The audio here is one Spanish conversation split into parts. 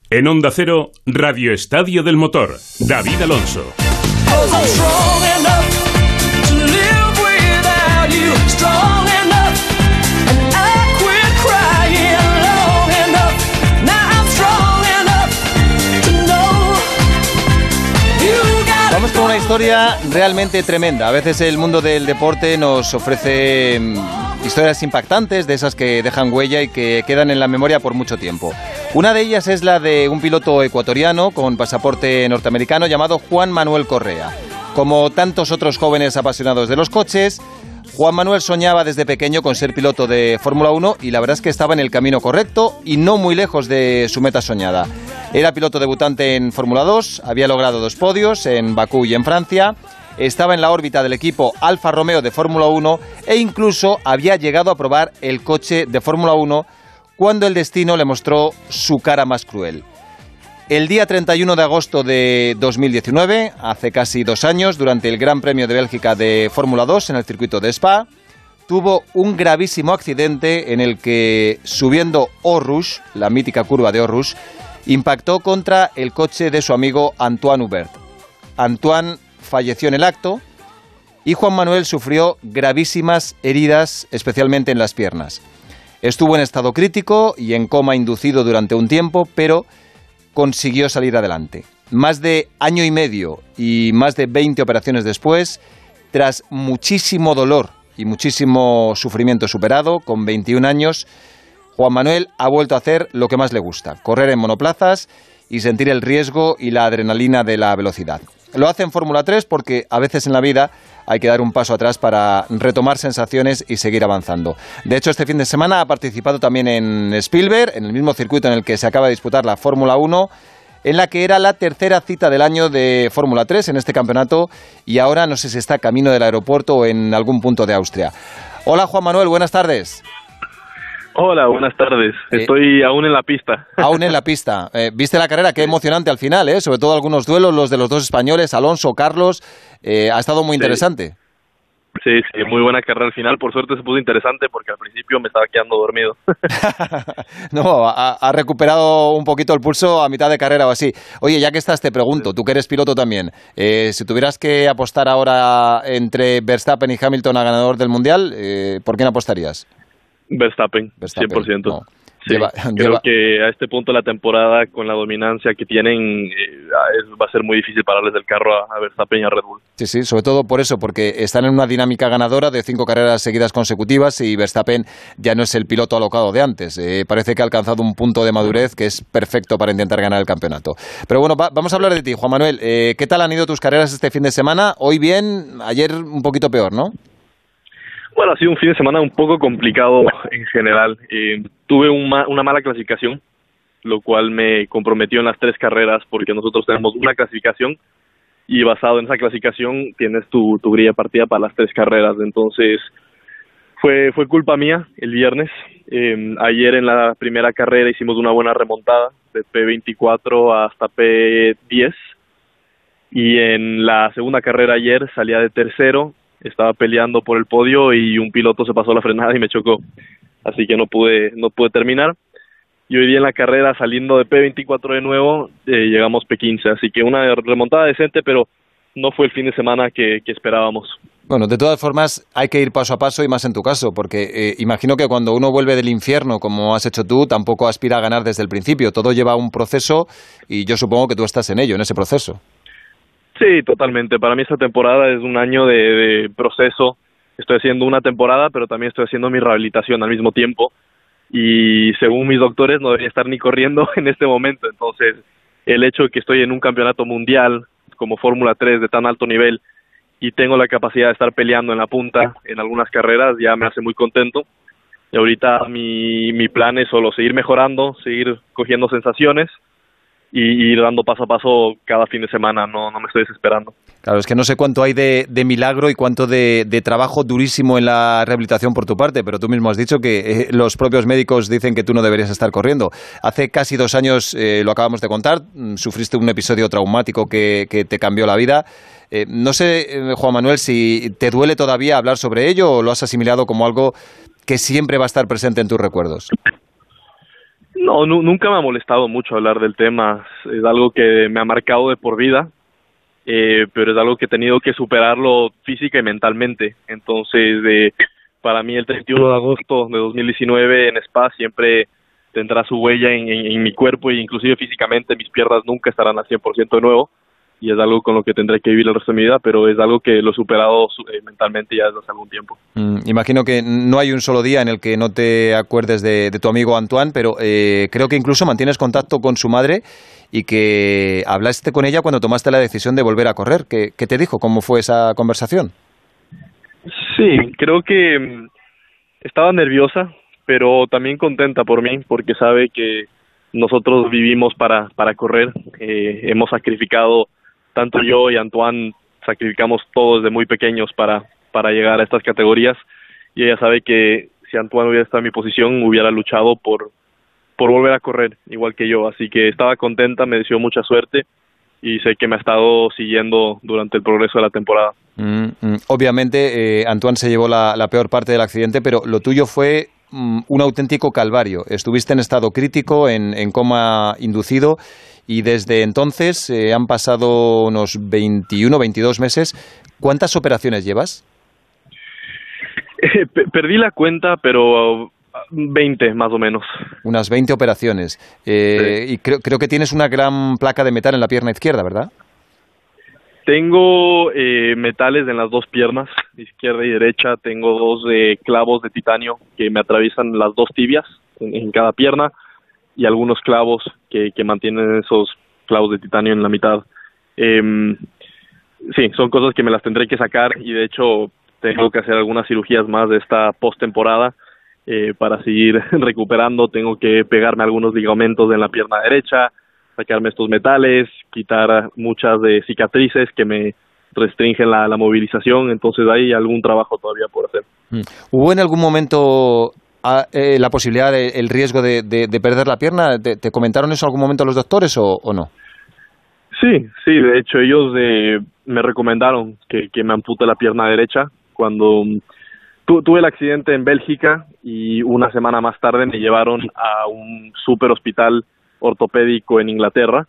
En Onda Cero, Radio Estadio del Motor, David Alonso. Vamos con una historia realmente tremenda. A veces el mundo del deporte nos ofrece historias impactantes, de esas que dejan huella y que quedan en la memoria por mucho tiempo. Una de ellas es la de un piloto ecuatoriano con pasaporte norteamericano llamado Juan Manuel Correa. Como tantos otros jóvenes apasionados de los coches, Juan Manuel soñaba desde pequeño con ser piloto de Fórmula 1 y la verdad es que estaba en el camino correcto y no muy lejos de su meta soñada. Era piloto debutante en Fórmula 2, había logrado 2 podios en Bakú y en Francia, estaba en la órbita del equipo Alfa Romeo de Fórmula 1 e incluso había llegado a probar el coche de Fórmula 1 cuando el destino le mostró su cara más cruel. El día 31 de agosto de 2019, hace casi 2 años, durante el Gran Premio de Bélgica de Fórmula 2 en el circuito de Spa, tuvo un gravísimo accidente en el que, subiendo Eau-Rouge, la mítica curva de Eau-Rouge, impactó contra el coche de su amigo Antoine Hubert. Antoine falleció en el acto y Juan Manuel sufrió gravísimas heridas, especialmente en las piernas. Estuvo en estado crítico y en coma inducido durante un tiempo, pero consiguió salir adelante. Más de año y medio y más de 20 operaciones después, tras muchísimo dolor y muchísimo sufrimiento superado, con 21 años, Juan Manuel ha vuelto a hacer lo que más le gusta, correr en monoplazas y sentir el riesgo y la adrenalina de la velocidad. Lo hace en Fórmula 3 porque a veces en la vida hay que dar un paso atrás para retomar sensaciones y seguir avanzando. De hecho, este fin de semana ha participado también en Spielberg, en el mismo circuito en el que se acaba de disputar la Fórmula 1, en la que era la tercera cita del año de Fórmula 3 en este campeonato y ahora no sé si está camino del aeropuerto o en algún punto de Austria. Hola Juan Manuel, buenas tardes. Hola, buenas tardes. Estoy aún en la pista. Aún en la pista. ¿Viste la carrera? Qué emocionante al final, ¿eh? Sobre todo algunos duelos, los de los 2 españoles, Alonso, Carlos. Ha estado muy interesante. Sí, muy buena carrera al final. Por suerte se puso interesante porque al principio me estaba quedando dormido. No, ha recuperado un poquito el pulso a mitad de carrera o así. Oye, ya que estás, te pregunto, tú que eres piloto también, si tuvieras que apostar ahora entre Verstappen y Hamilton a ganador del Mundial, ¿por quién apostarías? Verstappen 100%. No. Sí, creo que a este punto de la temporada, con la dominancia que tienen, va a ser muy difícil pararles del carro a Verstappen y a Red Bull. Sí, sobre todo por eso, porque están en una dinámica ganadora de 5 carreras seguidas consecutivas y Verstappen ya no es el piloto alocado de antes. Parece que ha alcanzado un punto de madurez que es perfecto para intentar ganar el campeonato. Pero bueno, vamos a hablar de ti, Juan Manuel. ¿Qué tal han ido tus carreras este fin de semana? Hoy bien, ayer un poquito peor, ¿no? Bueno, ha sido un fin de semana un poco complicado en general. Tuve una mala clasificación, lo cual me comprometió en las 3 carreras porque nosotros tenemos una clasificación y basado en esa clasificación tienes tu grilla partida para las 3 carreras. Entonces fue culpa mía el viernes. Ayer en la primera carrera hicimos una buena remontada de P24 hasta P10 y en la segunda carrera ayer salía de tercero. Estaba peleando por el podio y un piloto se pasó la frenada y me chocó, así que no pude terminar. Y hoy día en la carrera, saliendo de P24 de nuevo, llegamos P15, así que una remontada decente, pero no fue el fin de semana que esperábamos. Bueno, de todas formas hay que ir paso a paso y más en tu caso, porque imagino que cuando uno vuelve del infierno, como has hecho tú, tampoco aspira a ganar desde el principio. Todo lleva un proceso y yo supongo que tú estás en ello, en ese proceso. Sí, totalmente. Para mí esta temporada es un año de proceso. Estoy haciendo una temporada, pero también estoy haciendo mi rehabilitación al mismo tiempo. Y según mis doctores no debería estar ni corriendo en este momento. Entonces, el hecho de que estoy en un campeonato mundial como Fórmula 3 de tan alto nivel y tengo la capacidad de estar peleando en la punta en algunas carreras ya me hace muy contento. Y ahorita mi plan es solo seguir mejorando, seguir cogiendo sensaciones y ir dando paso a paso cada fin de semana, no me estoy desesperando. Claro, es que no sé cuánto hay de milagro y cuánto de trabajo durísimo en la rehabilitación por tu parte, pero tú mismo has dicho que los propios médicos dicen que tú no deberías estar corriendo. Hace casi 2 años, lo acabamos de contar, sufriste un episodio traumático que te cambió la vida. No sé, Juan Manuel, si te duele todavía hablar sobre ello o lo has asimilado como algo que siempre va a estar presente en tus recuerdos. No, nunca me ha molestado mucho hablar del tema. Es algo que me ha marcado de por vida, pero es algo que he tenido que superarlo física y mentalmente. Entonces, para mí el 31 de agosto de 2019 en Spa siempre tendrá su huella en mi cuerpo, e inclusive físicamente mis piernas nunca estarán al 100% de nuevo, y es algo con lo que tendré que vivir el resto de mi vida, pero es algo que lo he superado mentalmente ya desde hace algún tiempo. Imagino que no hay un solo día en el que no te acuerdes de tu amigo Antoine, pero creo que incluso mantienes contacto con su madre y que hablaste con ella cuando tomaste la decisión de volver a correr. ¿Qué te dijo? ¿Cómo fue esa conversación? Sí, creo que estaba nerviosa, pero también contenta por mí, porque sabe que nosotros vivimos para correr. Hemos sacrificado, tanto yo y Antoine, sacrificamos todos desde muy pequeños para llegar a estas categorías, y ella sabe que si Antoine hubiera estado en mi posición, hubiera luchado por volver a correr, igual que yo. Así que estaba contenta, me deseó mucha suerte, y sé que me ha estado siguiendo durante el progreso de la temporada. Obviamente, Antoine se llevó la peor parte del accidente, pero lo tuyo fue un auténtico calvario. Estuviste en estado crítico, en coma inducido, y desde entonces han pasado unos 21, 22 meses. ¿Cuántas operaciones llevas? Perdí la cuenta, pero 20 más o menos. Unas 20 operaciones. Sí. Y creo que tienes una gran placa de metal en la pierna izquierda, ¿verdad? Tengo metales en las dos piernas, izquierda y derecha. Tengo 2 clavos de titanio que me atraviesan las 2 tibias en cada pierna, y algunos clavos que mantienen esos clavos de titanio en la mitad. Sí, son cosas que me las tendré que sacar, y de hecho tengo que hacer algunas cirugías más de esta postemporada para seguir recuperando. Tengo que pegarme algunos ligamentos en la pierna derecha, sacarme estos metales, quitar muchas cicatrices que me restringen la movilización. Entonces hay algún trabajo todavía por hacer. ¿Hubo en algún momento la posibilidad, el riesgo de perder la pierna? ¿Te comentaron eso en algún momento los doctores o no? Sí, de hecho ellos me recomendaron que me ampute la pierna derecha cuando tuve el accidente en Bélgica, y una semana más tarde me llevaron a un super hospital ortopédico en Inglaterra.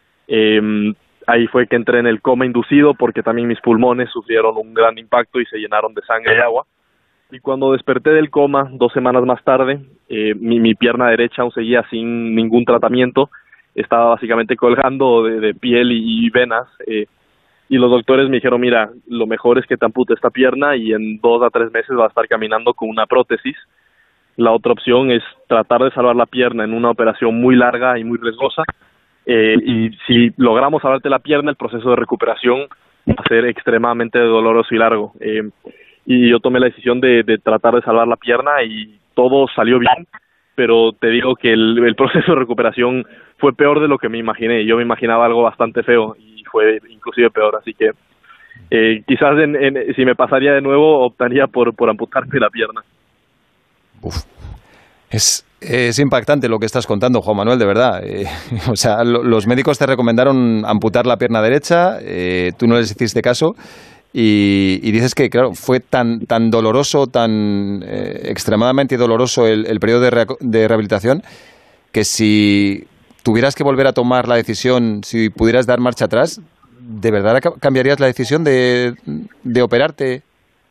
Ahí fue que entré en el coma inducido, porque también mis pulmones sufrieron un gran impacto y se llenaron de sangre y agua. Y cuando desperté del coma 2 semanas más tarde, mi pierna derecha aún seguía sin ningún tratamiento, estaba básicamente colgando de piel y venas, y los doctores me dijeron: mira, lo mejor es que te ampute esta pierna, y en 2 a 3 meses vas a estar caminando con una prótesis. La otra opción es tratar de salvar la pierna en una operación muy larga y muy riesgosa, y si logramos salvarte la pierna, el proceso de recuperación va a ser extremadamente doloroso y largo. Y yo tomé la decisión de tratar de salvar la pierna, y todo salió bien, pero te digo que el proceso de recuperación fue peor de lo que me imaginé. Yo me imaginaba algo bastante feo, y fue inclusive peor. Así que quizás si me pasaría de nuevo, optaría por amputarme la pierna. Uf. Es impactante lo que estás contando, Juan Manuel, de verdad. O sea, los médicos te recomendaron amputar la pierna derecha, tú no les hiciste caso, y dices que, claro, fue tan doloroso, tan extremadamente doloroso el periodo de rehabilitación, que si tuvieras que volver a tomar la decisión, si pudieras dar marcha atrás, ¿de verdad cambiarías la decisión de operarte?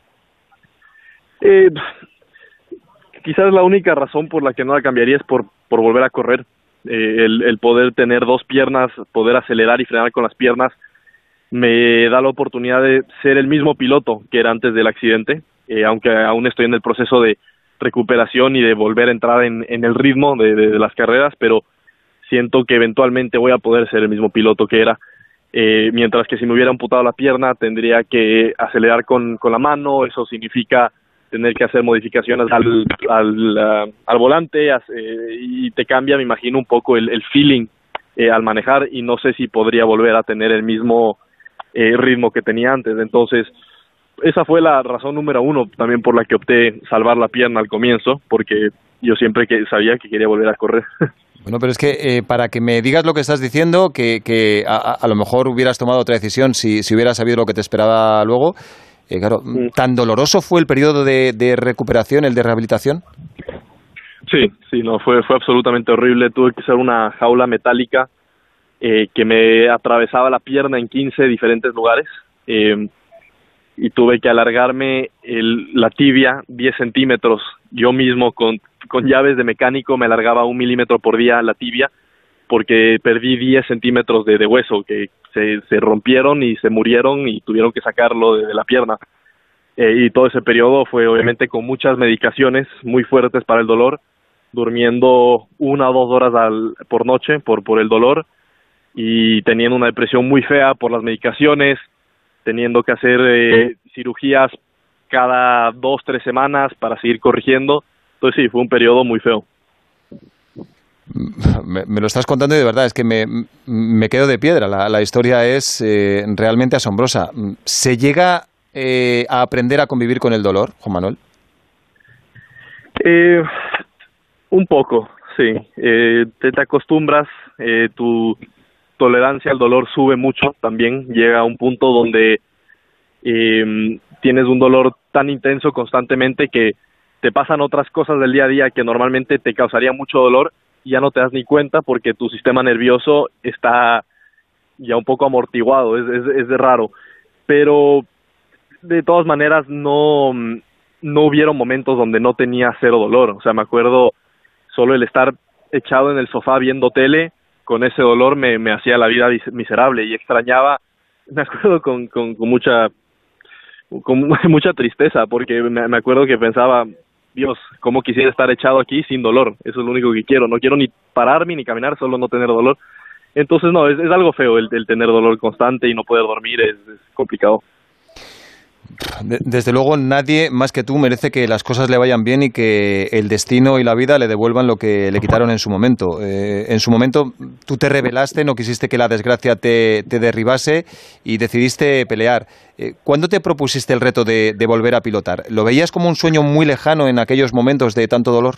Quizás la única razón por la que no la cambiaría es por volver a correr. El poder tener 2 piernas, poder acelerar y frenar con las piernas, me da la oportunidad de ser el mismo piloto que era antes del accidente, aunque aún estoy en el proceso de recuperación y de volver a entrar en el ritmo de las carreras, pero siento que eventualmente voy a poder ser el mismo piloto que era. Mientras que si me hubiera amputado la pierna, tendría que acelerar con la mano. Eso significa tener que hacer modificaciones al volante, y te cambia, me imagino, un poco el feeling al manejar, y no sé si podría volver a tener el mismo ritmo que tenía antes. Entonces, esa fue la razón número 1 también por la que opté salvar la pierna al comienzo, porque yo siempre sabía que quería volver a correr. Bueno, pero es que para que me digas lo que estás diciendo, que a lo mejor hubieras tomado otra decisión si hubieras sabido lo que te esperaba luego. Claro, ¿tan doloroso fue el periodo de recuperación, el de rehabilitación? Sí, no, fue absolutamente horrible. Tuve que usar una jaula metálica que me atravesaba la pierna en 15 diferentes lugares, y tuve que alargarme la tibia 10 centímetros. Yo mismo con llaves de mecánico me alargaba 1 milímetro por día la tibia, porque perdí 10 centímetros de hueso que se rompieron y se murieron y tuvieron que sacarlo de la pierna. Y todo ese periodo fue obviamente con muchas medicaciones muy fuertes para el dolor, durmiendo 1 o 2 horas por noche por el dolor, y teniendo una depresión muy fea por las medicaciones, teniendo que hacer cirugías cada 2 o 3 semanas para seguir corrigiendo. Entonces sí, fue un periodo muy feo. Me lo estás contando y de verdad es que me quedo de piedra. La historia es realmente asombrosa. ¿Se llega a aprender a convivir con el dolor, Juan Manuel? Un poco, sí. Te acostumbras, tu tolerancia al dolor sube mucho también. Llega a un punto donde tienes un dolor tan intenso constantemente que te pasan otras cosas del día a día que normalmente te causaría mucho dolor y ya no te das ni cuenta porque tu sistema nervioso está ya un poco amortiguado. Es de raro, pero de todas maneras no hubieron momentos donde no tenía cero dolor. O sea, me acuerdo solo el estar echado en el sofá viendo tele, con ese dolor me hacía la vida miserable y extrañaba. Me acuerdo con mucha tristeza, porque me acuerdo que pensaba, Dios, cómo quisiera estar echado aquí sin dolor. Eso es lo único que quiero. No quiero ni pararme ni caminar, solo no tener dolor. Entonces no, es algo feo el tener dolor constante y no poder dormir, es complicado. Desde luego nadie más que tú merece que las cosas le vayan bien y que el destino y la vida le devuelvan lo que le quitaron en su momento. En su momento tú te rebelaste, no quisiste que la desgracia te derribase y decidiste pelear. ¿Cuándo te propusiste el reto de volver a pilotar? ¿Lo veías como un sueño muy lejano en aquellos momentos de tanto dolor?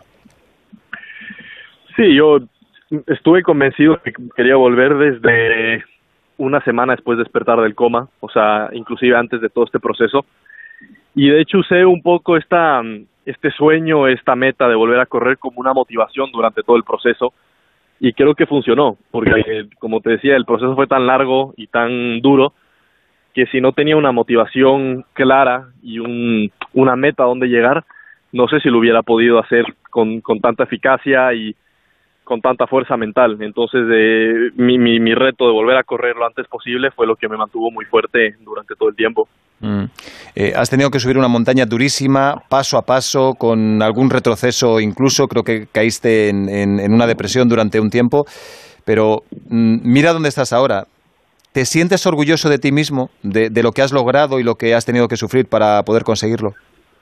Sí, yo estuve convencido que quería volver desde 1 semana después de despertar del coma, o sea, inclusive antes de todo este proceso. Y de hecho usé un poco este sueño, esta meta de volver a correr como una motivación durante todo el proceso, y creo que funcionó, porque como te decía, el proceso fue tan largo y tan duro que si no tenía una motivación clara y una meta a donde llegar, no sé si lo hubiera podido hacer con tanta eficacia y con tanta fuerza mental. Entonces mi reto de volver a correr lo antes posible fue lo que me mantuvo muy fuerte durante todo el tiempo. Has tenido que subir una montaña durísima, paso a paso, con algún retroceso incluso, creo que caíste en una depresión durante un tiempo, pero mira dónde estás ahora. ¿Te sientes orgulloso de ti mismo, de lo que has logrado y lo que has tenido que sufrir para poder conseguirlo?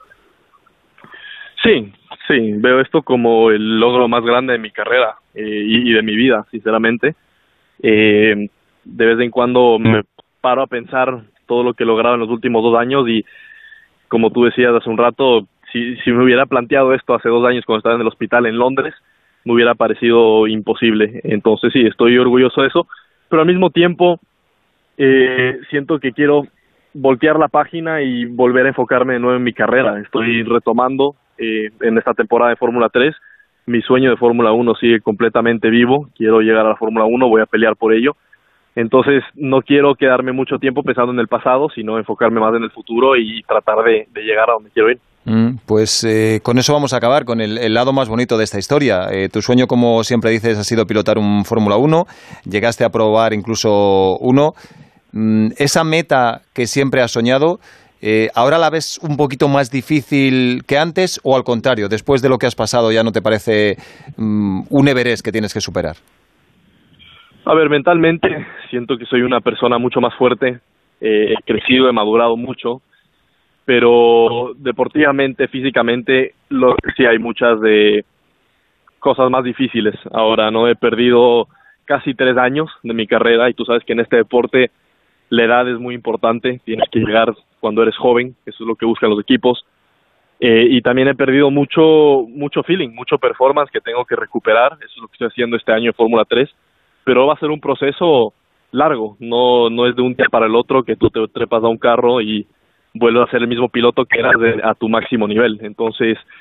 Sí, veo esto como el logro más grande de mi carrera y de mi vida, sinceramente. De vez en cuando me paro a pensar todo lo que he logrado en los últimos 2 años y, como tú decías hace un rato, si me hubiera planteado esto hace 2 años cuando estaba en el hospital en Londres, me hubiera parecido imposible. Entonces sí, estoy orgulloso de eso, pero al mismo tiempo siento que quiero voltear la página y volver a enfocarme de nuevo en mi carrera. Estoy retomando en esta temporada de Fórmula 3. Mi sueño de Fórmula 1 sigue completamente vivo. Quiero llegar a la Fórmula 1, voy a pelear por ello. Entonces no quiero quedarme mucho tiempo pensando en el pasado, sino enfocarme más en el futuro y tratar de llegar a donde quiero ir. Pues con eso vamos a acabar, con el lado más bonito de esta historia. Tu sueño, como siempre dices, ha sido pilotar un Fórmula 1. Llegaste a probar incluso uno. Esa meta que siempre has soñado, ¿ahora la ves un poquito más difícil que antes o al contrario, después de lo que has pasado ya no te parece un Everest que tienes que superar? A ver, mentalmente siento que soy una persona mucho más fuerte, he crecido, he madurado mucho, pero deportivamente, físicamente, sí hay muchas de cosas más difíciles. Ahora, no he perdido casi 3 años de mi carrera y tú sabes que en este deporte la edad es muy importante, tienes que llegar cuando eres joven, eso es lo que buscan los equipos. Y también he perdido mucho feeling, mucho performance que tengo que recuperar, eso es lo que estoy haciendo este año en Fórmula 3, pero va a ser un proceso largo, no es de un día para el otro que tú te trepas a un carro y vuelves a ser el mismo piloto que eras a tu máximo nivel. Entonces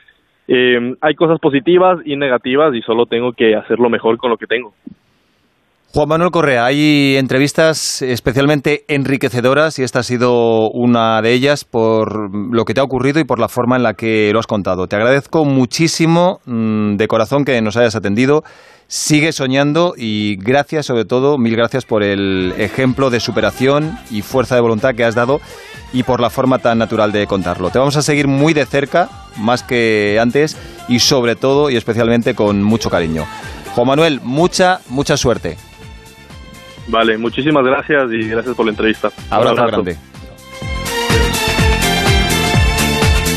hay cosas positivas y negativas y solo tengo que hacerlo mejor con lo que tengo. Juan Manuel Correa, hay entrevistas especialmente enriquecedoras y esta ha sido una de ellas por lo que te ha ocurrido y por la forma en la que lo has contado. Te agradezco muchísimo de corazón que nos hayas atendido. Sigue soñando y gracias, sobre todo, mil gracias por el ejemplo de superación y fuerza de voluntad que has dado y por la forma tan natural de contarlo. Te vamos a seguir muy de cerca, más que antes, y sobre todo y especialmente con mucho cariño. Juan Manuel, mucha suerte. Vale, muchísimas gracias y gracias por la entrevista. Abrazo grande.